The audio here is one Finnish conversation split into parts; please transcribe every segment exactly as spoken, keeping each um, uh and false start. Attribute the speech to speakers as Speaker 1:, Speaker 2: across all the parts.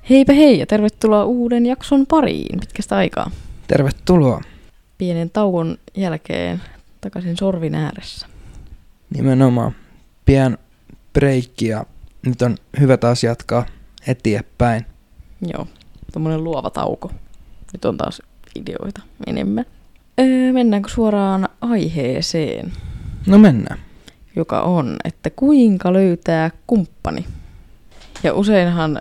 Speaker 1: Heipä hei ja tervetuloa uuden jakson pariin. Pitkästä aikaa.
Speaker 2: Tervetuloa.
Speaker 1: Pienen tauon jälkeen takaisin sorvin ääressä.
Speaker 2: Nimenomaan. Pian breikki ja nyt on hyvä taas jatkaa eteenpäin.
Speaker 1: Joo, tommonen luova tauko. Nyt on taas ideoita enemmän. Öö, mennäänkö suoraan aiheeseen?
Speaker 2: No mennään.
Speaker 1: Joka on, että kuinka löytää kumppani. Ja useinhan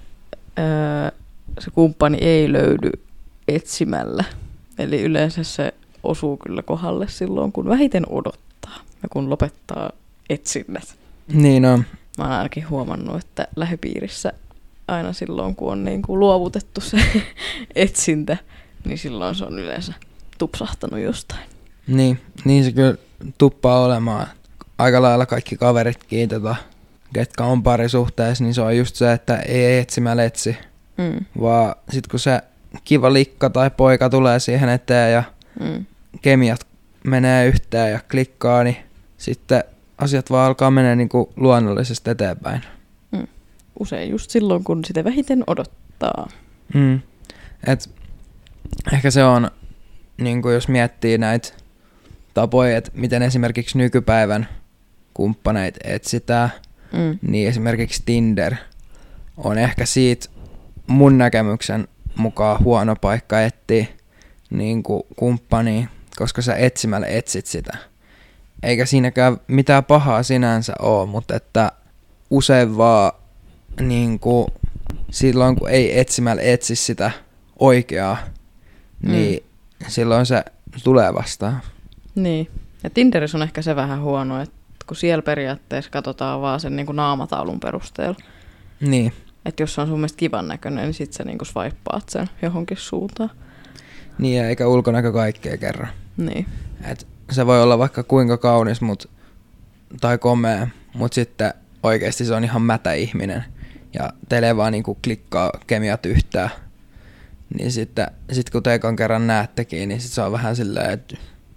Speaker 1: öö, se kumppani ei löydy etsimällä. Eli yleensä se osuu kyllä kohdalle silloin, kun vähiten odottaa ja kun lopettaa etsinnät.
Speaker 2: Niin on.
Speaker 1: Mä oon ainakin huomannut, että lähipiirissä aina silloin, kun on niin kuin luovutettu se etsintä, niin silloin se on yleensä tupsahtanut jostain.
Speaker 2: Niin, niin se kyllä tuppaa olemaan. Aika lailla kaikki kaveritkin, tota, ketkä on parisuhteessa, niin se on just se, että ei etsimällä etsi. Mm. Vaan sit kun se kiva likka tai poika tulee siihen eteen ja mm. kemiat menee yhteen ja klikkaa, niin sitten asiat vaan alkaa mennä niinku luonnollisesti eteenpäin.
Speaker 1: Mm. Usein just silloin, kun sitä vähiten odottaa.
Speaker 2: Mm. Et ehkä se on, niinku jos miettii näitä tapoja, että miten esimerkiksi nykypäivän kumppaneita etsitään, mm. niin esimerkiksi Tinder on ehkä siitä mun näkemyksen mukaan huono paikka etsiä niin kuin kumppania, koska sä etsimällä etsit sitä. Eikä siinäkään mitään pahaa sinänsä ole, mutta että usein vaan niin kuin silloin kun ei etsimällä etsi sitä oikeaa, mm. niin silloin se tulee vastaan.
Speaker 1: Niin. Ja Tinderissä on ehkä se vähän huono, että kun siellä periaatteessa katsotaan vaan sen niin kuin naamataulun perusteella.
Speaker 2: Niin.
Speaker 1: Että jos se on sun mielestä kivan näköinen, niin sit sä niinku swipeaat sen johonkin suuntaan.
Speaker 2: Niin, eikä ulkonäkö kaikkea kerran.
Speaker 1: Niin.
Speaker 2: Et se voi olla vaikka kuinka kaunis mut, tai komea, mutta sitten oikeasti se on ihan mätä ihminen. Ja teille vaan niinku klikkaa kemiat yhtään. Niin sitten sit kun te ekan kerran näettekin, niin sit se on vähän silleen, että...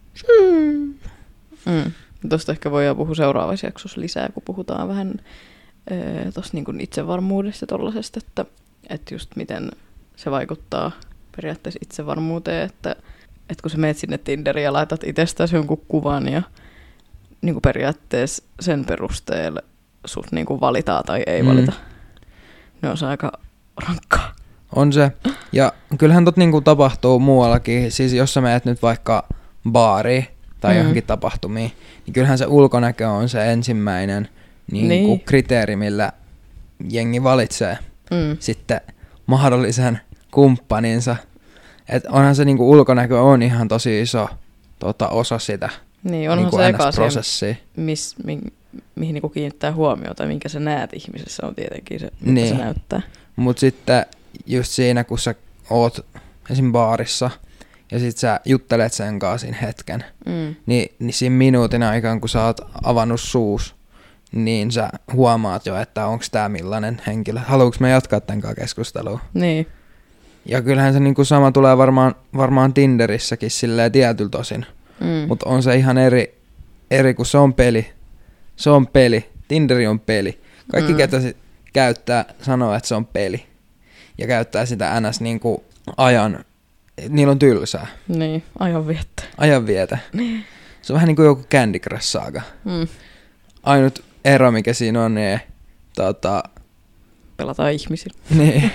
Speaker 1: Mm. Tuosta ehkä voidaan puhua seuraavassa jaksossa lisää, kun puhutaan vähän... tuosta niin kuin itsevarmuudesta ja tollasesta, että, että just miten se vaikuttaa periaatteessa itsevarmuuteen, että, että kun sä meet sinne Tinderiin ja laitat itsestäsi jonkun kuvan ja niin kuin periaatteessa sen perusteella sut niin kuin valitaan tai ei mm. valita, niin on se aika rankkaa.
Speaker 2: On se. Ja kyllähän tot niin kuin tapahtuu muuallakin, siis jos sä meet nyt vaikka baariin tai mm. johonkin tapahtumiin, niin kyllähän se ulkonäkö on se ensimmäinen Niin niin. Kuin kriteeri, millä jengi valitsee mm. sitten mahdollisen kumppaninsa. Et onhan se niin kuin ulkonäkö on ihan tosi iso tota, osa sitä
Speaker 1: niin, onhan
Speaker 2: niin
Speaker 1: se eka
Speaker 2: prosessia.
Speaker 1: Mis, mi, mihin niin kuin kiinnittää huomiota, minkä sä näet ihmisessä on tietenkin se, mitä
Speaker 2: niin.
Speaker 1: se näyttää.
Speaker 2: Mut sitten just siinä, kun sä oot esim. Baarissa ja sit sä juttelet sen kanssa siinä hetken, mm. niin, niin siinä minuutin aikaan, kun sä oot avannut suus, niin sä huomaat jo, että onko tää millainen henkilö. Haluuks me jatkaa tän kanssa keskustelua?
Speaker 1: Niin.
Speaker 2: Ja kyllähän se niinku sama tulee varmaan, varmaan Tinderissäkin silleen tietyllä tosin. Mm. Mutta on se ihan eri, eri, kun se on peli. Se on peli. Tinderi on peli. Kaikki, mm. ketä sit käyttää, sanoo, että se on peli. Ja käyttää sitä ns. Niinku ajan. Niillä on tylsää.
Speaker 1: Niin, ajanvietä.
Speaker 2: Ajanvietä. Niin. Se on vähän niin kuin joku Candy Crush Saga. Mm. Ainut ero, mikä siinä on, niin tota...
Speaker 1: pelataan ihmisillä.
Speaker 2: Niin.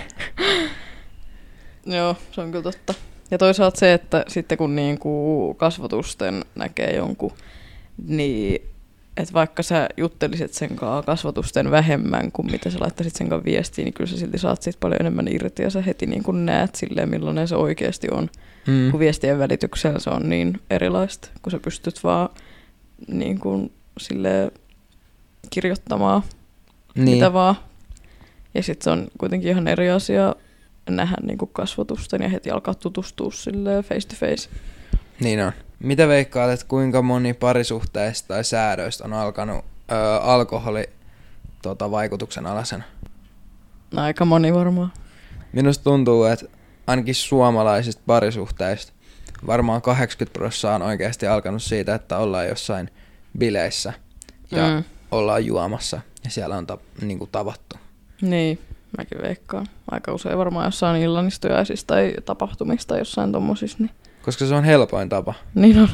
Speaker 1: Joo, se on kyllä totta. Ja toisaalta se, että sitten kun niinku kasvatusten näkee jonkun, niin että vaikka sä juttelisit sen kanssa kasvatusten vähemmän kuin mitä sä laittaisit sen kanssa viestiin, niin kyllä sä silti saat siitä paljon enemmän irti ja sä heti niin kun näet silleen, millainen se oikeasti on. Mm. Kun viestien välityksellä se on niin erilaista, kun sä pystyt vaan niin kun silleen kirjoittamaan niin. Mitä vaan. Ja sitten se on kuitenkin ihan eri asia nähdä niinku kasvatusten ja heti alkaa tutustua silleen face to face.
Speaker 2: Niin on. Mitä veikkaat, että kuinka moni parisuhteista tai säädöistä on alkanut öö, alkoholi tota, vaikutuksen alasen?
Speaker 1: Aika moni varmaan.
Speaker 2: Minusta tuntuu, että ainakin suomalaisista parisuhteista varmaan kahdeksankymmentä prosenttia on oikeasti alkanut siitä, että ollaan jossain bileissä ja mm. ollaan juomassa ja siellä on ta- niinku tavattu.
Speaker 1: Niin. mäkin veikkaan. Aika usein varmaan jossain illanistujaisissa tai tapahtumista jossain tommosissa. Niin.
Speaker 2: Koska se on helpoin tapa.
Speaker 1: Niin on.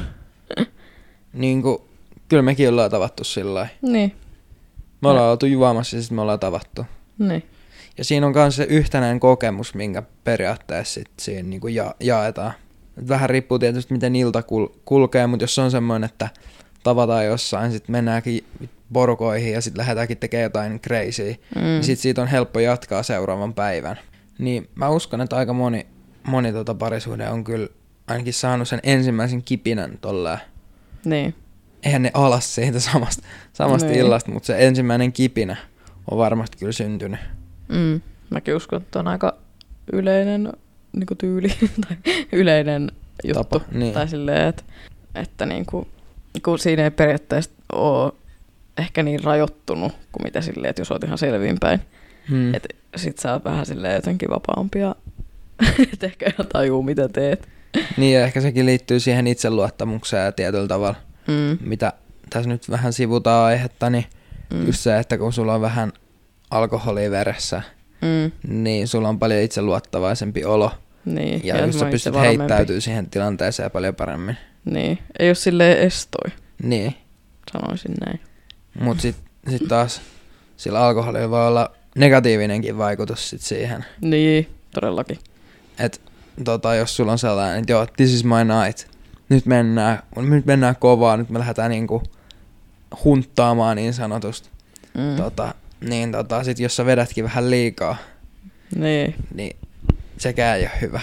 Speaker 2: Niin kuin, kyllä mekin ollaan tavattu sillä lailla.
Speaker 1: Niin.
Speaker 2: Me ollaan oltu juomassa ja sitten me ollaan tavattu.
Speaker 1: Niin.
Speaker 2: Ja siinä on myös se yhtenäinen kokemus, minkä periaatteessa sit siinä niinku ja- jaetaan. Et vähän riippuu tietysti, miten ilta kul- kulkee, mutta jos se on semmoinen, että tavataan jossain, sitten mennäänkin porukoihin ja sitten lähdetäänkin tekemään jotain crazyä, mm. niin sitten siitä on helppo jatkaa seuraavan päivän. Niin mä uskon, että aika moni, moni tota parisuhde on kyllä ainakin saanut sen ensimmäisen kipinän tolleen.
Speaker 1: Niin.
Speaker 2: Eihän ne alas siitä samasta, samasta
Speaker 1: niin.
Speaker 2: illasta, mutta se ensimmäinen kipinä on varmasti kyllä syntynyt.
Speaker 1: Mm. Mäkin uskon, että on aika yleinen niin kuin tyyli tai yleinen juttu.
Speaker 2: Tapa, niin.
Speaker 1: Tai silleen, että, että niin kuin, kun siinä ei periaatteessa ole ehkä niin rajoittunut kuin mitä silleen, että jos olet ihan selviinpäin. Hmm. Että sit sä oot vähän silleen jotenkin vapaampia, että ehkä ihan tajuu mitä teet.
Speaker 2: Niin ja ehkä sekin liittyy siihen itseluottamukseen ja tietyllä tavalla, mm. mitä tässä nyt vähän sivutaan aihetta, niin mm. just se, että kun sulla on vähän alkoholia veressä, mm. niin sulla on paljon itseluottavaisempi olo.
Speaker 1: Niin,
Speaker 2: ja, ja just sä pystyt heittäytymään siihen tilanteeseen paljon paremmin.
Speaker 1: Niin, ei ole silleen estoi.
Speaker 2: Niin.
Speaker 1: Sanoisin näin.
Speaker 2: Mut sit, sit taas sillä alkoholilla voi olla negatiivinenkin vaikutus sit siihen.
Speaker 1: Niin, todellakin.
Speaker 2: Et tota, jos sulla on sellainen, että joo, this is my night. Nyt mennään, nyt mennään kovaa, nyt me lähdetään niinku hunttaamaan niin sanotusti. Mm. Tota, niin tota, sit jos sä vedätkin vähän liikaa,
Speaker 1: niin,
Speaker 2: niin sekään ei ole hyvä.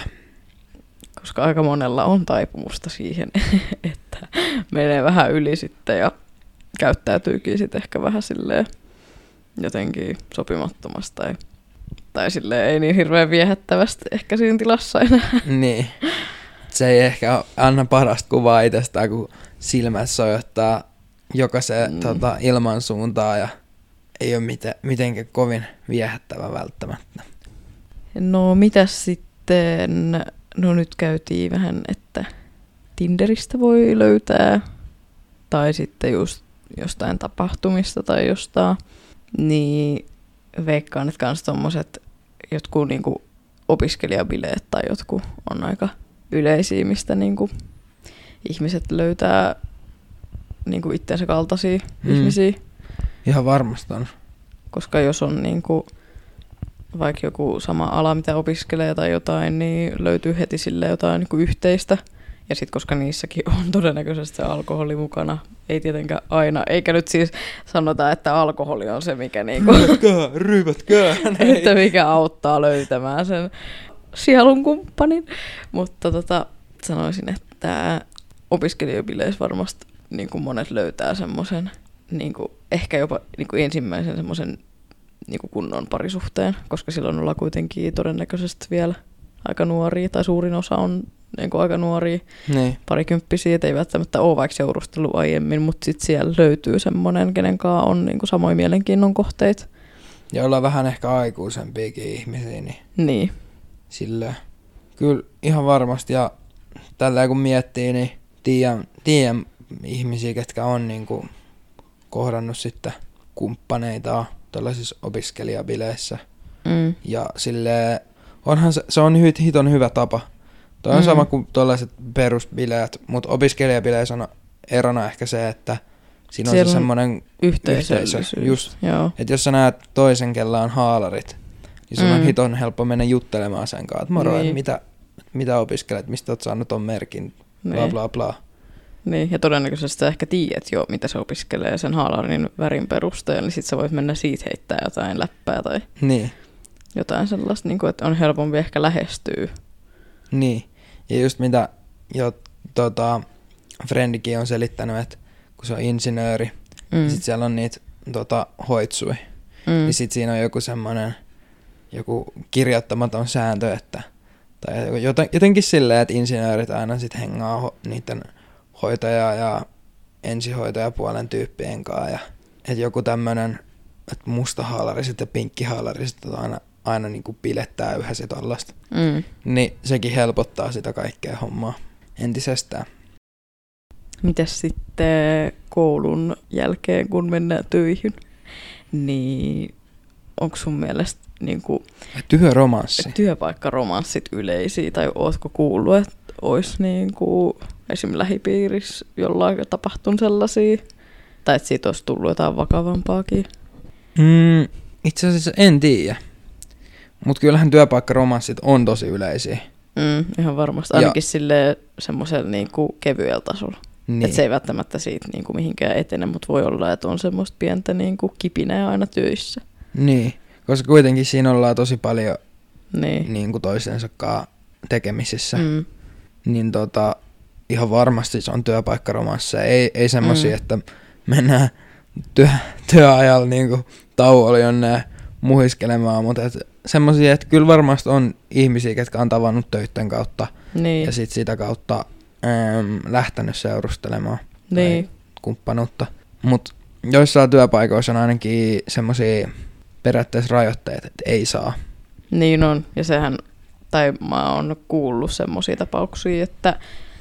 Speaker 1: Koska aika monella on taipumusta siihen, että menee vähän yli sitten ja käyttäytyykin sitten ehkä vähän silleen jotenkin sopimattomasti tai, tai silleen ei niin hirveän viehättävästi ehkä siinä tilassa enää.
Speaker 2: Niin. Se ei ehkä anna parasta kuvaa itsestään, kun silmät sojottaa jokaisen mm. tota, ilman suuntaan ja ei ole miten, mitenkään kovin viehättävä välttämättä.
Speaker 1: No mitäs sitten, no nyt käytiin vähän, että Tinderistä voi löytää tai sitten just jostain tapahtumista tai jostain, niin veikkaan, että kans tommoset jotkut niinku opiskelijabileet tai jotkut on aika yleisiä, mistä niinku ihmiset löytää niinku itsensä kaltaisia mm. ihmisiä.
Speaker 2: Ihan varmasti on.
Speaker 1: Koska jos on niinku vaikka joku sama ala, mitä opiskelee tai jotain, niin löytyy heti sille jotain niinku yhteistä. Ja sitten koska niissäkin on todennäköisesti se alkoholi mukana, ei tietenkään aina, eikä nyt siis sanota, että alkoholi on se, mikä niinku,
Speaker 2: ryvätkää, ryvätkää,
Speaker 1: että mikä auttaa löytämään sen sielun kumppanin. Mutta tota, sanoisin, että opiskelijabileissä varmasti niinku monet löytää semmoisen, niinku, ehkä jopa niinku ensimmäisen semmoisen niinku kunnon parisuhteen, koska silloin ollaan kuitenkin todennäköisesti vielä aika nuoria, tai suurin osa on niin kuin aika nuoria,
Speaker 2: niin.
Speaker 1: Parikymppisiä, ei välttämättä ole vaikka seurustellut aiemmin, mutta sitten siellä löytyy semmoinen, kenen kanssa on niin kuin samoja mielenkiinnon kohteita.
Speaker 2: Ja ollaan vähän ehkä aikuisempiakin ihmisiä, niin,
Speaker 1: niin.
Speaker 2: Sillä kyllä ihan varmasti, ja tällä kun miettii, niin tiedän, tiedän ihmisiä, ketkä on niin kuin kohdannut sitten kumppaneita tällaisissa opiskelijabileissä, mm. ja silleen, onhan se, se on hy, hiton hyvä tapa. Toi on mm. sama kuin tuollaiset perusbileet, mutta opiskelijabileissä on erona ehkä se, että siinä on se semmoinen yhteisö. Just, että jos sä näet toisen, kella on haalarit, niin sun mm. on hiton helppo mennä juttelemaan sen kanssa, että moro, niin. että mitä, mitä opiskelet, mistä oot saanut ton merkin, bla niin. bla bla.
Speaker 1: Niin, ja todennäköisesti sä ehkä tiedät jo, mitä se opiskelee sen haalarin värin perusteella, niin sit sä voit mennä siitä heittää jotain läppää tai
Speaker 2: niin.
Speaker 1: jotain sellaista, niin kuin, että on helpompi ehkä lähestyä.
Speaker 2: Niin, ja just mitä jo tota, Frendikin on selittänyt, että kun se on insinööri, mm. niin sit siellä on niitä tota, hoitsui, mm. niin sit siinä on joku semmoinen joku kirjoittamaton sääntö, että tai jotenkin silleen, että insinöörit aina sit hengaa ho, niiden hoitaja- ja ensihoitajapuolen tyyppien kanssa, ja että joku tämmönen, että mustahaalarit ja pinkkihaalarit on aina aina niin kuin pilettää yhdessä tollaista. Mm. Niin sekin helpottaa sitä kaikkea hommaa entisestään.
Speaker 1: Mitäs sitten koulun jälkeen, kun mennään töihin? Niin onko sun mielestä niinku,
Speaker 2: työromanssi.
Speaker 1: työpaikkaromanssit yleisiä, tai ootko kuullut, että olisi niinku, esimerkiksi lähipiirissä jollain tapahtunut sellaisia, tai että siitä olisi tullut jotain vakavampaakin?
Speaker 2: Mm, itse asiassa en tiedä, mutta kyllähän työpaikkaromanssit on tosi yleisiä.
Speaker 1: Mm, ihan varmasti, ainakin silleen semmoisella niinku kevyellä tasolla. Niin. Että se ei välttämättä siitä niinku mihinkään etene, mutta voi olla, että on semmoista pientä niinku kipinää aina töissä.
Speaker 2: Niin, koska kuitenkin siinä ollaan tosi paljon
Speaker 1: niin.
Speaker 2: Niinku toistensa kanssa tekemisissä.
Speaker 1: Mm.
Speaker 2: Niin tota, ihan varmasti se on työpaikkaromansseja. Ei, ei semmosia, mm. että mennään työ, työajalla niinku tauolla jonne muhiskelemaan, mutta semmosia, että kyllä varmasti on ihmisiä, ketkä on tavannut töitten kautta
Speaker 1: niin.
Speaker 2: ja sit sitä kautta äm, lähtenyt seurustelemaan
Speaker 1: niin.
Speaker 2: tai kumppanuutta. Mut joissain työpaikoissa on ainakin semmosia periaatteessa rajoitteet, että ei saa.
Speaker 1: Niin on, ja sehän, tai mä oon kuullut semmosia tapauksia, että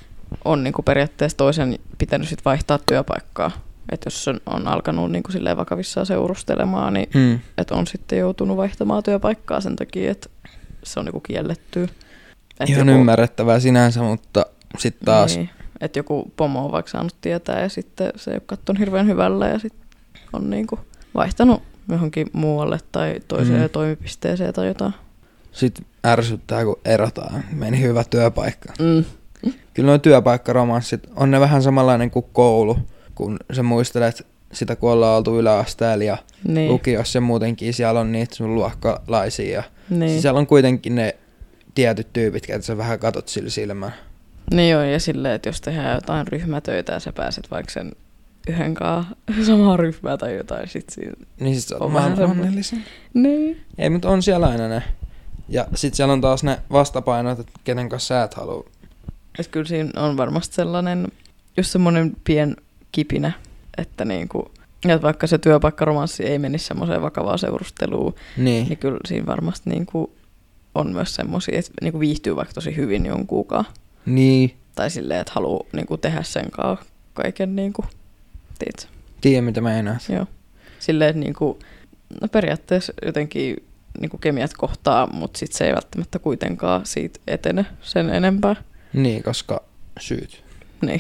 Speaker 1: on niinku periaatteessa toisen pitänyt sit vaihtaa työpaikkaa. Että jos on, on alkanut niinku silleen vakavissaan seurustelemaan, niin mm. että on sitten joutunut vaihtamaan työpaikkaa sen takia, että se on niinku kiellettyä. Et
Speaker 2: ihan
Speaker 1: joku,
Speaker 2: ymmärrettävää sinänsä, mutta sitten taas.
Speaker 1: Niin, että joku pomo on vaikka saanut tietää ja sitten se ei ole katsonut hirveän hyvällä ja sitten on niinku vaihtanut johonkin muualle tai toiseen mm. toimipisteeseen tai jotain.
Speaker 2: Sitten ärsyttää, kun erotaan. Meni hyvä työpaikka.
Speaker 1: Mm.
Speaker 2: Kyllä nuo työpaikkaromanssit on ne vähän samanlainen kuin koulu, kun sä muistelet sitä, kun ollaan oltu yläasteella ja niin. lukiossa ja muutenkin siellä on niitä sun luokkalaisia. Ja niin. siis siellä on kuitenkin ne tietyt tyypit, että sä vähän katot sillä silmään.
Speaker 1: Niin joo, ja silleen, että jos tehdään jotain ryhmätöitä ja sä pääset vaikka sen yhden kanssa samaan ryhmään tai jotain, sit siinä
Speaker 2: niin sit sä oot vähän onnellisen.
Speaker 1: Niin.
Speaker 2: Ei, mutta on siellä aina ne. Ja sit siellä on taas ne vastapainot, että kenen kanssa sä et halua.
Speaker 1: Et kyllä siinä on varmasti sellainen, just semmoinen pien kipinä, että niinku, että vaikka se työpaikkaromanssi ei menisi semmoiseen vakavaan seurusteluun, niin, niin kyllä siinä varmasti niinku on myös semmoisia, että niinku viihtyy vaikka tosi hyvin jonkunkaan.
Speaker 2: Niin.
Speaker 1: Tai silleen, että haluaa niinku tehdä sen kanssa kaiken niinku, tiedätkö?
Speaker 2: Tiedä, mitä meinaat.
Speaker 1: Joo. Silleen, että niinku, no periaatteessa jotenkin niinku kemiat kohtaa, mutta sit se ei välttämättä kuitenkaan siitä etene sen enempää.
Speaker 2: Niin, koska syyt.
Speaker 1: Niin.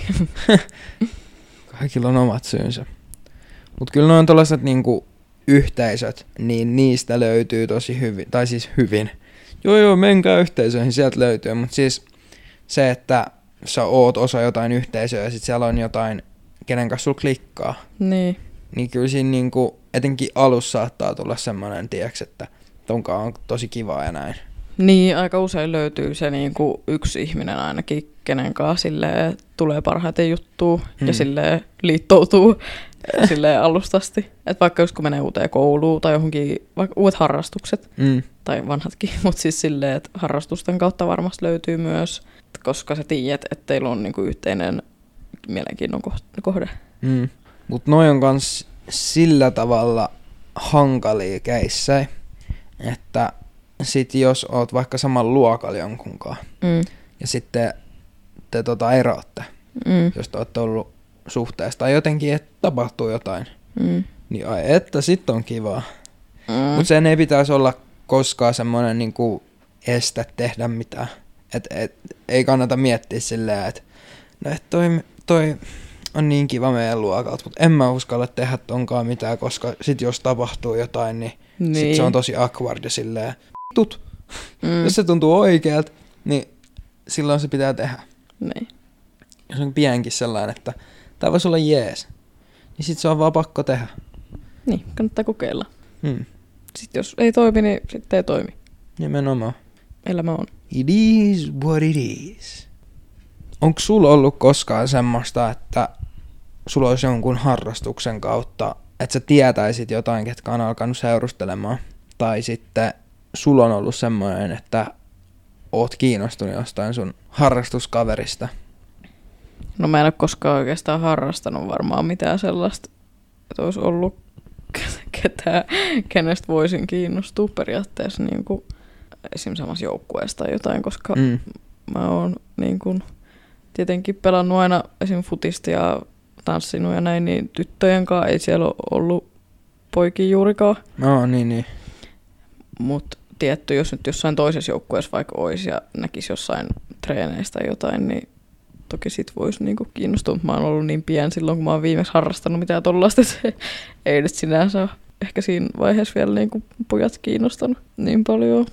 Speaker 2: Kaikilla on omat syynsä. Mut kyllä ne on tällaiset niinku yhteisöt, niin niistä löytyy tosi hyvin, tai siis hyvin. Joo joo, menkää yhteisöihin, sieltä löytyy, mutta siis se, että sä oot osa jotain yhteisöä ja sit siellä on jotain, kenen kanssa sulla klikkaa.
Speaker 1: Niin.
Speaker 2: Niin kyllä siinä niinku, etenkin alussa saattaa tulla semmoinen, tiiäks, että tonkaan on tosi kivaa ja näin.
Speaker 1: Niin, aika usein löytyy se niinku yksi ihminen ainakin, kenen kanssa silleen tulee parhaiten juttua hmm. ja silleen liittoutuu silleen alustasti. Et vaikka just kun menee uuteen kouluun tai johonkin, vaikka uudet harrastukset mm. tai vanhatkin, mutta siis silleen, että harrastusten kautta varmasti löytyy myös, koska sä tiedät, että teillä on niinku yhteinen mielenkiinnon kohde.
Speaker 2: Mm. Mutta noi on kans sillä tavalla hankalia keissejä, että sit jos oot vaikka saman luokalla jonkunkaan mm. ja sitten te tota eroatte, mm. jos te ootte ollut suhteessa tai jotenkin, että tapahtuu jotain, mm. niin ai että sit on kivaa. Mm. Mut sen ei pitäisi olla koskaan semmonen niinku este tehdä mitään. Et, et, ei kannata miettiä silleen, että no et toi, toi on niin kiva meidän luokalta, mutta en mä uskalla tehdä tonkaan mitään, koska sit jos tapahtuu jotain, niin, niin. sit se on tosi awkward ja silleen tut. Mm. Jos se tuntuu oikealta, niin silloin se pitää tehdä.
Speaker 1: Niin.
Speaker 2: Jos on pienkin sellainen, että tää voisi olla jees, niin sit se on vaan pakko tehdä.
Speaker 1: Niin, kannattaa kokeilla.
Speaker 2: Hmm.
Speaker 1: Sitten jos ei toimi, niin sitten ei toimi.
Speaker 2: Nimenomaan.
Speaker 1: Elämä on.
Speaker 2: It is what it is. Onko sulla ollut koskaan semmoista, että sulla olisi jonkun harrastuksen kautta, että sä tietäisit jotain, ketkä on alkanut seurustelemaan? Tai sitten sulla on ollut semmoinen, että oot kiinnostunut jostain sun harrastuskaverista?
Speaker 1: No mä en ole koskaan oikeastaan harrastanut varmaan mitään sellaista, että olisi ollut ketään, kenestä voisin kiinnostua periaatteessa niin kuin esimerkiksi samassa joukkueessa tai jotain, koska mm. mä oon niin kuin tietenkin pelannut aina esim. Futista ja tanssinut ja näin, niin tyttöjen kanssa ei siellä ole ollut poikia juurikaan.
Speaker 2: No niin, niin.
Speaker 1: Mutta tietty, jos nyt jossain toisessa joukkueessa vaikka olisi ja näkisi jossain treeneistä jotain, niin toki sit voisi niinku kiinnostua. Mä oon ollut niin pieni silloin, kun mä oon viimeksi harrastanut mitään tollaista, että se ei nyt sinänsä ole ehkä siinä vaiheessa vielä niinku pojat kiinnostanut niin paljon.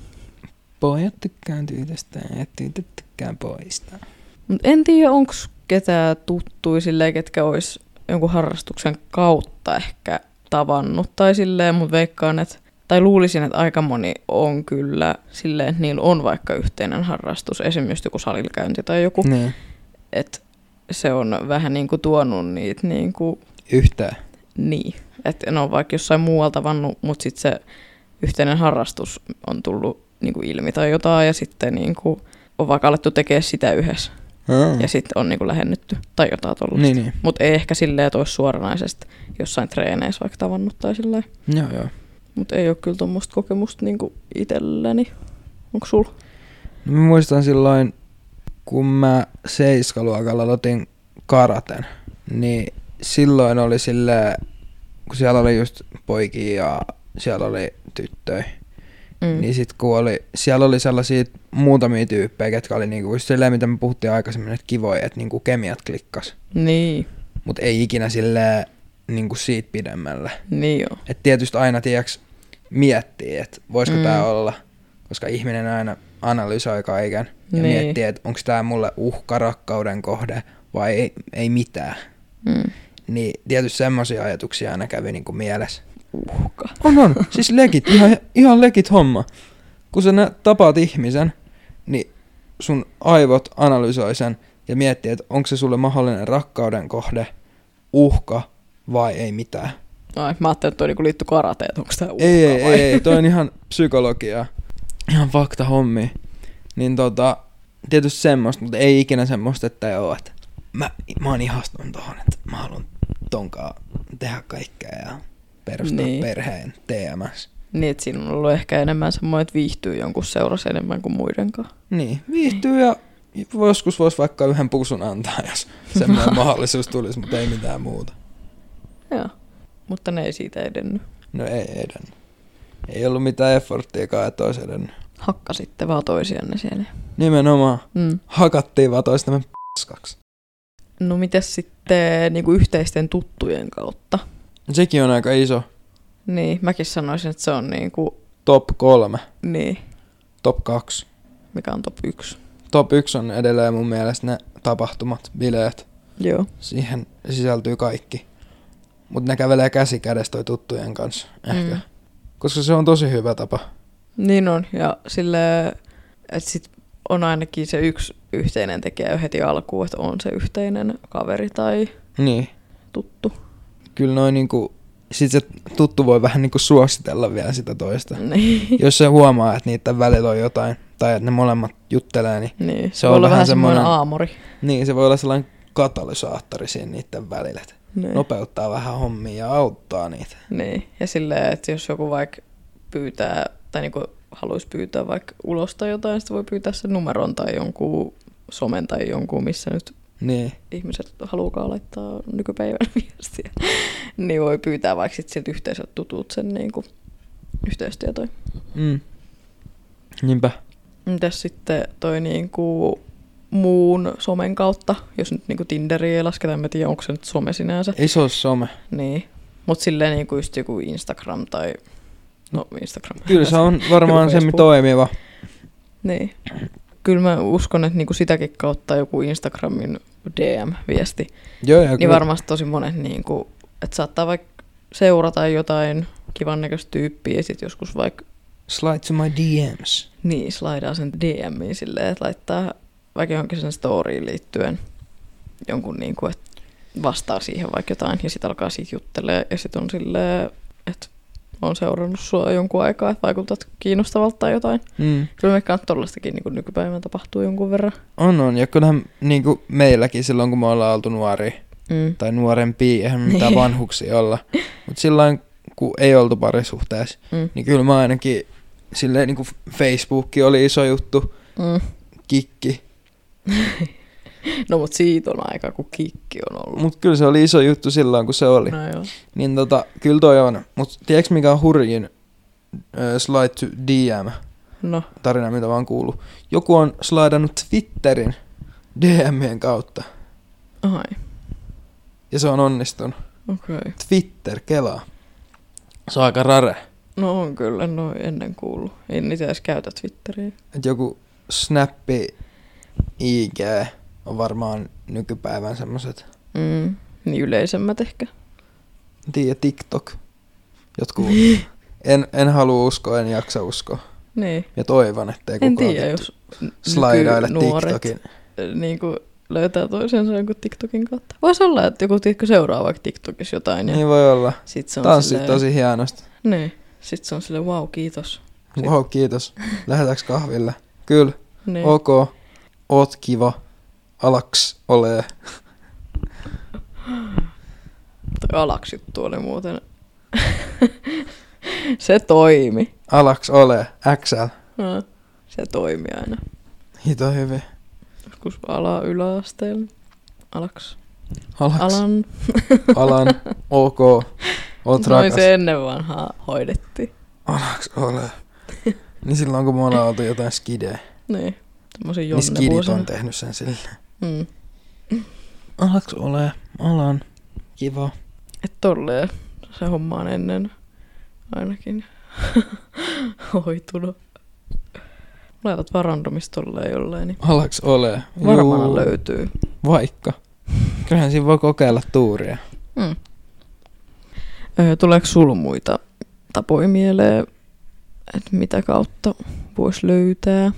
Speaker 2: Pojat tykkään tytöstä ja tytöt tykkään poista.
Speaker 1: Mut en tiedä, onko ketään tuttuja silleen, ketkä olisi jonkun harrastuksen kautta ehkä tavannut tai silleen, mutta veikkaan, että tai luulisin, että aika moni on kyllä silleen, että niillä on vaikka yhteinen harrastus, esimerkiksi joku salilkäynti tai joku.
Speaker 2: Niin.
Speaker 1: Että se on vähän niin kuin tuonut niitä niin kuin...
Speaker 2: Yhteen.
Speaker 1: Niin. Että ne on vaikka jossain muualta tavannut, mutta sitten se yhteinen harrastus on tullut niin kuin ilmi tai jotain ja sitten niin kuin on vaikka alettu tekemään sitä yhdessä.
Speaker 2: Mm.
Speaker 1: Ja sitten on niin kuin lähennytty tai jotain tollaista.
Speaker 2: Niin, niin.
Speaker 1: Mutta ei ehkä silleen, että olisi suoranaisesti jossain treeneissä vaikka tavannut tai silleen.
Speaker 2: Joo, joo.
Speaker 1: Mutta ei ole kyllä tuommoista kokemusta niinku itselläni. Onko sulla?
Speaker 2: No mä muistan silloin, kun mä seiskaluokalla aloitin karaten, niin silloin oli silleen, kun siellä oli just poikia ja siellä oli tyttöjä, mm. niin sit kun oli, siellä oli sellaisia muutamia tyyppejä, ketkä oli niinku just silleen, mitä me puhuttiin aikaisemmin, että kivoja, että niinku kemiat klikkas.
Speaker 1: Niin.
Speaker 2: Mut ei ikinä silleen niinku siitä pidemmälle.
Speaker 1: Niin joo.
Speaker 2: Et tietysti aina tiiäks miettii, että voisiko mm. tää olla, koska ihminen aina analysoi kaiken ja
Speaker 1: niin.
Speaker 2: miettii, että onko tää mulle uhka, rakkauden kohde vai ei, ei mitään.
Speaker 1: Mm.
Speaker 2: Niin tietysti semmosia ajatuksia aina kävi niinku mielessä.
Speaker 1: Uhka.
Speaker 2: On on, siis legit, ihan, ihan legit homma. Kun sä nä- tapaat ihmisen, niin sun aivot analysoi sen ja miettii, että onko se sulle mahdollinen rakkauden kohde, uhka vai ei mitään.
Speaker 1: Ai, mä ajattelin, että toi niinku liittyy karateen, että onko tää uhka
Speaker 2: ei, ei,
Speaker 1: vai?
Speaker 2: Ei, ei, toi on ihan psykologiaa. Ihan fakta hommi. Niin tota, tietysti semmoista, mutta ei ikinä semmoista, että ei oo, että mä, mä oon ihastunut tohon, että mä haluan tonkaan tehdä kaikkea ja perustaa
Speaker 1: niin.
Speaker 2: perheen T M S.
Speaker 1: Niin, että siinä on ollut ehkä enemmän semmoinen, että viihtyy jonkun seurassa enemmän kuin muidenkaan.
Speaker 2: Niin, viihtyy ja joskus vois vaikka yhden pusun antaa, jos semmoinen mahdollisuus tulisi, mutta ei mitään muuta.
Speaker 1: Joo, mutta ne ei siitä edennyt.
Speaker 2: No ei edennyt. Ei ollut mitään efforttiakaan, että olisi edennyt.
Speaker 1: Hakkasitte vaan toisianne siellä.
Speaker 2: Nimenomaan.
Speaker 1: Mm.
Speaker 2: Hakattiin vaan toistamme paskaksi.
Speaker 1: No mites sitten niinku yhteisten tuttujen kautta?
Speaker 2: Sekin on aika iso.
Speaker 1: Niin, mäkin sanoisin, että se on niinku...
Speaker 2: Top kolme.
Speaker 1: Niin.
Speaker 2: Top kaksi.
Speaker 1: Mikä on top yksi?
Speaker 2: Top yksi on edelleen mun mielestä ne tapahtumat, bileet.
Speaker 1: Joo.
Speaker 2: Siihen sisältyy kaikki. Mut ne kävelee käsi kädessä toi tuttujen kanssa ehkä. Mm. Koska se on tosi hyvä tapa.
Speaker 1: Niin on, ja silleen, että sit on ainakin se yksi yhteinen tekijä jo heti alkuun, että on se yhteinen kaveri tai
Speaker 2: niin.
Speaker 1: tuttu.
Speaker 2: Kyllä noin niinku, sit se tuttu voi vähän niinku suositella vielä sitä toista.
Speaker 1: Niin.
Speaker 2: Jos se huomaa, että niiden välillä on jotain, tai että ne molemmat juttelee, niin,
Speaker 1: niin.
Speaker 2: se on vähän semmoinen
Speaker 1: aamori.
Speaker 2: Niin, se voi olla sellainen katalysaattori siinä niiden välillä.
Speaker 1: Niin.
Speaker 2: Nopeuttaa vähän hommia ja auttaa niitä.
Speaker 1: Niin, ja silleen, että jos joku vaikka pyytää, tai niinku haluaisi pyytää vaikka ulos tai jotain, sitten voi pyytää sen numeron tai jonkun somen tai jonkun, missä nyt
Speaker 2: niin.
Speaker 1: ihmiset haluukaan laittaa nykypäivän viestiä. Niin voi pyytää vaikka sitten siltä yhteisöltä tutut sen niinku yhteystietoja.
Speaker 2: Mm. Niinpä.
Speaker 1: Mitäs sitten toi niinku muun somen kautta, jos nyt niinku Tinderiä ei lasketa, en mä tiedä, onko se nyt some sinänsä.
Speaker 2: Ei se ole some.
Speaker 1: Niin, mutta silleen niinku just joku Instagram tai, no Instagram.
Speaker 2: Kyllä se on varmaan se toimiva.
Speaker 1: Niin. Kyllä mä uskon, että niinku sitäkin kautta joku Instagramin D M-viesti,
Speaker 2: joo, joo,
Speaker 1: niin varmasti tosi monet, niinku, että saattaa vaikka seurata jotain kivan näköistä tyyppiä ja sitten joskus vaikka
Speaker 2: slide to my D Ms.
Speaker 1: Niin, slaidaa sen D Miin silleen, että laittaa vaikka johonkin sen storyin liittyen jonkun, niin kuin, että vastaa siihen vaikka jotain ja sitten alkaa siitä juttelemaan ja sitten on silleen, että on seurannut sua jonkun aikaa, että vaikutat kiinnostavalta tai jotain. Mm. Kyllä me kannattaa tollaistakin niin nykypäivänä tapahtuu jonkun verran.
Speaker 2: On, on. Ja kyllähän niin kuin meilläkin silloin, kun me ollaan oltu nuoria mm. tai nuorempia, eihän mitään vanhuksia olla. Mutta silloin, kun ei oltu parisuhteessa, mm. niin kyllä mä ainakin silleen niin kuin Facebook oli iso juttu, mm. Kikki.
Speaker 1: No mut siitä on aika, kun Kikki on ollut.
Speaker 2: Mut kyllä se oli iso juttu silloin, kun se oli.
Speaker 1: No joo.
Speaker 2: Niin tota, kyllä toi on. Mut tiedätkö mikä on hurjin äh, slide to D M
Speaker 1: No.
Speaker 2: tarina, mitä vaan kuuluu. Joku on slaidannut Twitterin D Mien kautta.
Speaker 1: Ai.
Speaker 2: Ja se on onnistunut.
Speaker 1: Okei. Okay.
Speaker 2: Twitter, kelaa. Se on aika rare.
Speaker 1: No on kyllä, no ennen kuullut. En niitä edes käytä Twitteriä.
Speaker 2: Et joku Snappi, I G on varmaan nykypäivän semmoset.
Speaker 1: Mm. Niin yleisemmät ehkä.
Speaker 2: Tiedä, TikTok. Jotkut. en, en halua uskoa, en jaksa uskoa.
Speaker 1: Niin.
Speaker 2: Ja toivon, ettei
Speaker 1: En
Speaker 2: kukaan
Speaker 1: tiedä, jos
Speaker 2: slaidaile
Speaker 1: nykynuoret
Speaker 2: TikTokin.
Speaker 1: niin kuin löytää toisensa jonkun TikTokin kautta. Voisi olla, että joku tiedätkö, seuraa vaikka TikTokissa jotain. Ja
Speaker 2: Niin voi olla.
Speaker 1: sit se on
Speaker 2: Tanssit
Speaker 1: silleen,
Speaker 2: tosi hienosti.
Speaker 1: Niin. Sitten se on silleen, wow, kiitos. Sit,
Speaker 2: Wow, kiitos. Lähdetäänkö kahville? Kyllä.
Speaker 1: niin.
Speaker 2: Ok. Oot kiva. Alaks ole.
Speaker 1: Toi Alaks juttu oli muuten. Se toimi.
Speaker 2: Alaks ole. X L.
Speaker 1: No, se toimi aina.
Speaker 2: Hito hyvin.
Speaker 1: Joskus ala yläasteella. Alaks.
Speaker 2: Alaks.
Speaker 1: Alan.
Speaker 2: Alan. Ok. Oot
Speaker 1: Noin
Speaker 2: rakas.
Speaker 1: se ennen vanhaa hoidettiin.
Speaker 2: Alaks ole. Niin silloin kun me ollaan oltu jotain skidejä.
Speaker 1: Niin. Tämmöisiä
Speaker 2: Niin skidit
Speaker 1: jonnevuosina.
Speaker 2: on tehnyt sen silleen.
Speaker 1: Mm.
Speaker 2: Alaks ole. Alan. Kiva.
Speaker 1: Et tolleen se homma on ennen ainakin hoitunut. Laitat vaan randomista tolleen jolleen, niin
Speaker 2: Alaks ole.
Speaker 1: varmana
Speaker 2: Juu.
Speaker 1: löytyy.
Speaker 2: Vaikka. Kyllähän siinä voi kokeilla tuuria.
Speaker 1: Mm. Öö, tuleeko sulla muita tapoja mieleen, että mitä kautta voisi löytää?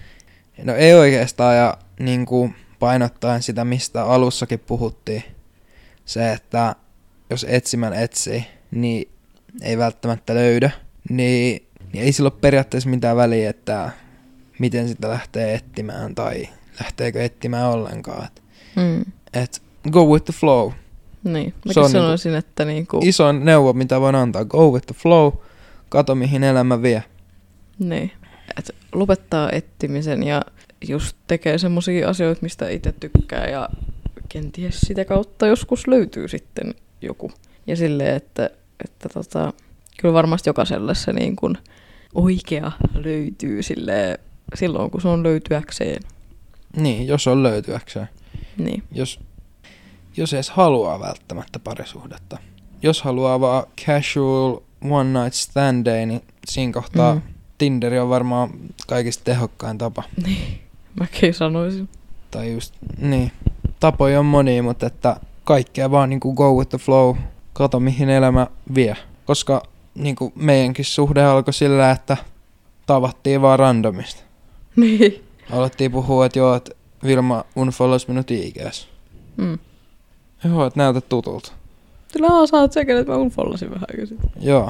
Speaker 2: No ei oikeastaan, ja niin kuin painottaen sitä, mistä alussakin puhuttiin. Se, että jos etsimän etsii, niin ei välttämättä löydä. Niin, niin ei sillä ole periaatteessa mitään väliä, että miten sitä lähtee etsimään tai lähteekö etsimään ollenkaan. Et,
Speaker 1: Mm.
Speaker 2: et go with the flow.
Speaker 1: Niin,
Speaker 2: Se
Speaker 1: mäkin
Speaker 2: on
Speaker 1: sanoisin, niinku, että niinku,
Speaker 2: Isoin neuvo, mitä voin antaa. Go with the flow. Kato, mihin elämä vie.
Speaker 1: niin, että lopettaa etsimisen ja just tekee semmosia asioita, mistä itse tykkää ja kenties sitä kautta joskus löytyy sitten joku. Ja silleen, että, että tota, kyllä varmasti jokaiselle se niin kuin oikea löytyy silleen, silloin, kun se on löytyäkseen.
Speaker 2: Niin, jos on löytyäkseen.
Speaker 1: Niin.
Speaker 2: Jos, jos edes haluaa välttämättä parisuhdetta. Jos haluaa vaan casual one night stand day, niin siinä kohtaa
Speaker 1: Mm.
Speaker 2: Tinderi on varmaan kaikista tehokkain tapa.
Speaker 1: Niin, mäkin sanoisin.
Speaker 2: Tai just, niin. Tapoja on monia, mutta että kaikkea vaan niinku go with the flow. Kato, mihin elämä vie. Koska niinku meidänkin suhde alkoi sillä, että tavattiin vaan randomista.
Speaker 1: Niin.
Speaker 2: Alettiin puhua, että joo, että Vilma unfollows minut I G:ssä.
Speaker 1: Mm.
Speaker 2: Joo, että näytät tutulta.
Speaker 1: Kyllä sä oot sekä, että mä unfollasin vähän aikaa sitten.
Speaker 2: Joo.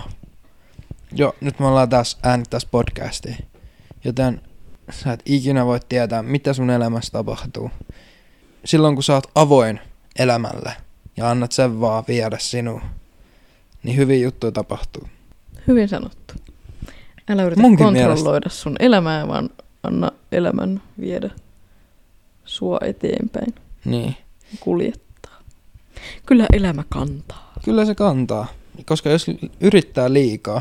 Speaker 2: Joo, nyt me ollaan taas äänittäessä podcastia. Joten sä et ikinä voi tietää, mitä sun elämässä tapahtuu. Silloin kun sä oot avoin elämälle ja annat sen vaan viedä sinuun, niin hyviä juttuja tapahtuu.
Speaker 1: Hyvin sanottu. Älä yritä
Speaker 2: Munkin
Speaker 1: kontrolloida
Speaker 2: mielestä.
Speaker 1: sun elämää, vaan anna elämän viedä sua eteenpäin.
Speaker 2: Niin.
Speaker 1: Kuljettaa. Kyllä elämä kantaa.
Speaker 2: Kyllä se kantaa. Koska jos yrittää liikaa,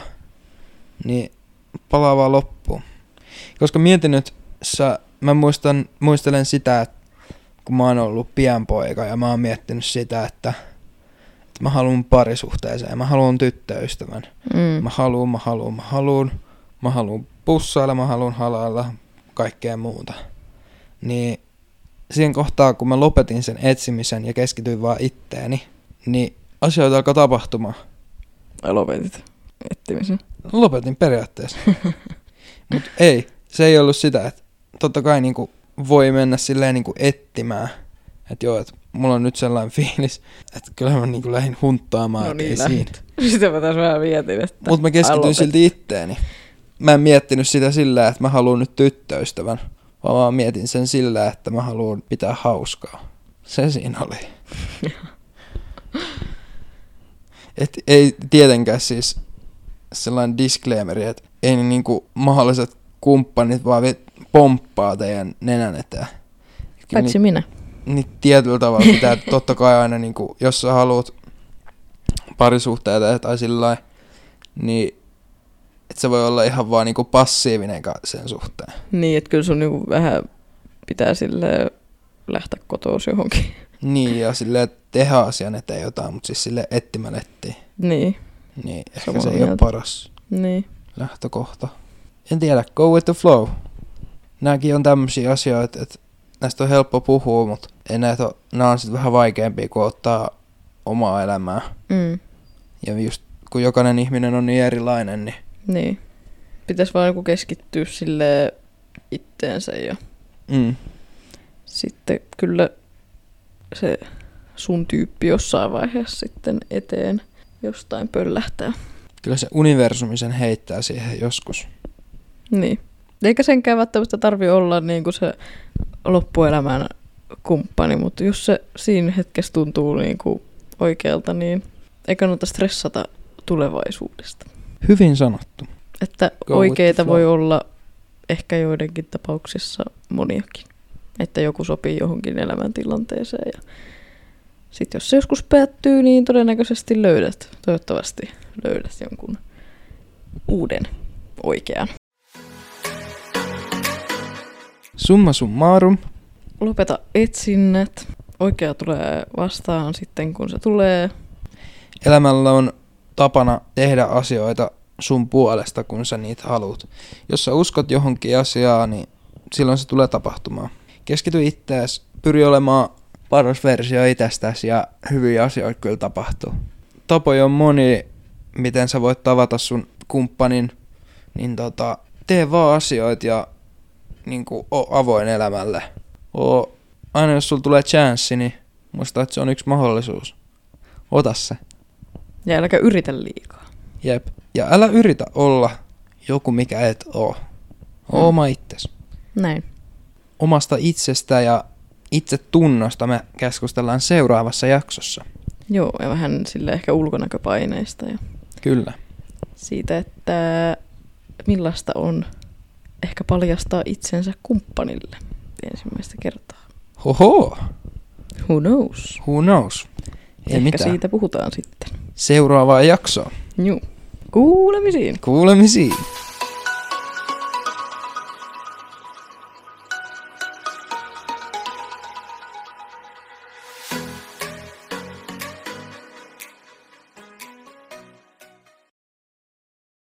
Speaker 2: niin palaa vaan loppuun. Koska mietin nyt, sä, mä muistan, muistelen sitä, että kun mä oon ollut pienpoika ja mä oon miettinyt sitä, että, että mä haluan parisuhteeseen, mä haluan tyttöystävän.
Speaker 1: Mm.
Speaker 2: Mä haluun, mä haluun, mä haluun, mä haluun pussailla, mä haluun halailla, kaikkea muuta. Niin siinä kohtaa, kun mä lopetin sen etsimisen ja keskityin vaan itteeni, niin asioita alkoi tapahtumaan.
Speaker 1: Ai lopetit etsimisen.
Speaker 2: Lopetin periaatteessa. Mut ei, se ei ollut sitä, että totta kai niinku voi mennä silleen niinku etsimään. Että joo, että mulla on nyt sellainen fiilis, että kyllä mä niinku lähdin hunttaamaan,
Speaker 1: No
Speaker 2: et ei
Speaker 1: niin,
Speaker 2: siinä.
Speaker 1: lähit. Sitä mä tässä vähän mietin, että...
Speaker 2: Mutta mä keskityin
Speaker 1: ai,
Speaker 2: silti itteeni. Mä en miettinyt sitä sillä, että mä haluan nyt tyttöystävän, vaan mä mietin sen sillä, että mä haluan pitää hauskaa. Se siinä oli. Et ei tietenkään siis sellainen disclaimeri, että ei ne niinku mahdolliset kumppanit vaan pomppaa teidän nenän eteen. Kyllä
Speaker 1: Paitsi minä.
Speaker 2: Niin tietyllä tavalla pitää totta kai aina, niinku, jos sä haluat parisuhteita tai sillä lailla, niin että se voi olla ihan vaan niinku passiivinen sen suhteen.
Speaker 1: Niin, että kyllä sun niinku vähän pitää silleen lähteä kotoos johonkin.
Speaker 2: Niin, ja silleen tehdä asian eteen jotain, mutta siis silleen etsimällä etsiä.
Speaker 1: Niin.
Speaker 2: Niin, ehkä
Speaker 1: Samaa
Speaker 2: se ei
Speaker 1: mieltä.
Speaker 2: ole paras
Speaker 1: Niin.
Speaker 2: lähtökohta. En tiedä, go with the flow. Nämäkin on tämmöisiä asioita, että näistä on helppo puhua, mutta ei näitä ole, nämä on sitten vähän vaikeampia kuin ottaa omaa elämää.
Speaker 1: Mm.
Speaker 2: Ja just kun jokainen ihminen on niin erilainen, niin...
Speaker 1: Niin. Pitäisi vaan joku keskittyä sille itteensä ja
Speaker 2: Mm.
Speaker 1: sitten kyllä se sun tyyppi jossain vaiheessa sitten eteen jostain pöllähtää.
Speaker 2: Kyllä se universumi sen heittää siihen joskus.
Speaker 1: Niin. Eikä senkään välttämättä tarvi olla niin kuin se loppuelämän kumppani, mutta jos se siinä hetkessä tuntuu niin kuin oikealta, niin ei kannata stressata tulevaisuudesta.
Speaker 2: Hyvin sanottu.
Speaker 1: Että
Speaker 2: Go with
Speaker 1: oikeita
Speaker 2: the flow.
Speaker 1: voi olla ehkä joidenkin tapauksissa moniakin. Että joku sopii johonkin elämäntilanteeseen. Ja sitten jos se joskus päättyy, niin todennäköisesti löydät, toivottavasti löydät jonkun uuden oikean.
Speaker 2: Summa summarum.
Speaker 1: Lopeta etsinnät. Oikea tulee vastaan sitten, kun se tulee.
Speaker 2: Elämällä on tapana tehdä asioita sun puolesta, kun sä niitä haluat. Jos sä uskot johonkin asiaan, niin silloin se tulee tapahtumaan. Keskity ittees, pyri olemaan paras versio itsestäsi ja hyviä asioita kyllä tapahtuu. Tapoja on moni, miten sä voit tavata sun kumppanin, niin tota, tee vaan asioita ja niin kuin, oo avoin elämälle. Oo, aina jos sulla tulee chanssi, niin muista, että se on yksi mahdollisuus. Ota se.
Speaker 1: Ja äläkä yritä liikaa.
Speaker 2: Jep. Ja älä yritä olla joku, mikä et oo. Oo oma itses.
Speaker 1: Näin.
Speaker 2: Omasta itsestä ja itse tunnosta me keskustellaan seuraavassa jaksossa.
Speaker 1: Joo, ja vähän sille ehkä ulkonäköpaineista ja
Speaker 2: Kyllä.
Speaker 1: siitä, että millaista on ehkä paljastaa itsensä kumppanille ensimmäistä kertaa.
Speaker 2: Hoho!
Speaker 1: Who knows?
Speaker 2: Who knows? Ei
Speaker 1: Ehkä
Speaker 2: mitään.
Speaker 1: siitä puhutaan sitten.
Speaker 2: Seuraavaa jaksoa.
Speaker 1: Joo. Kuulemisiin.
Speaker 2: Kuulemisiin.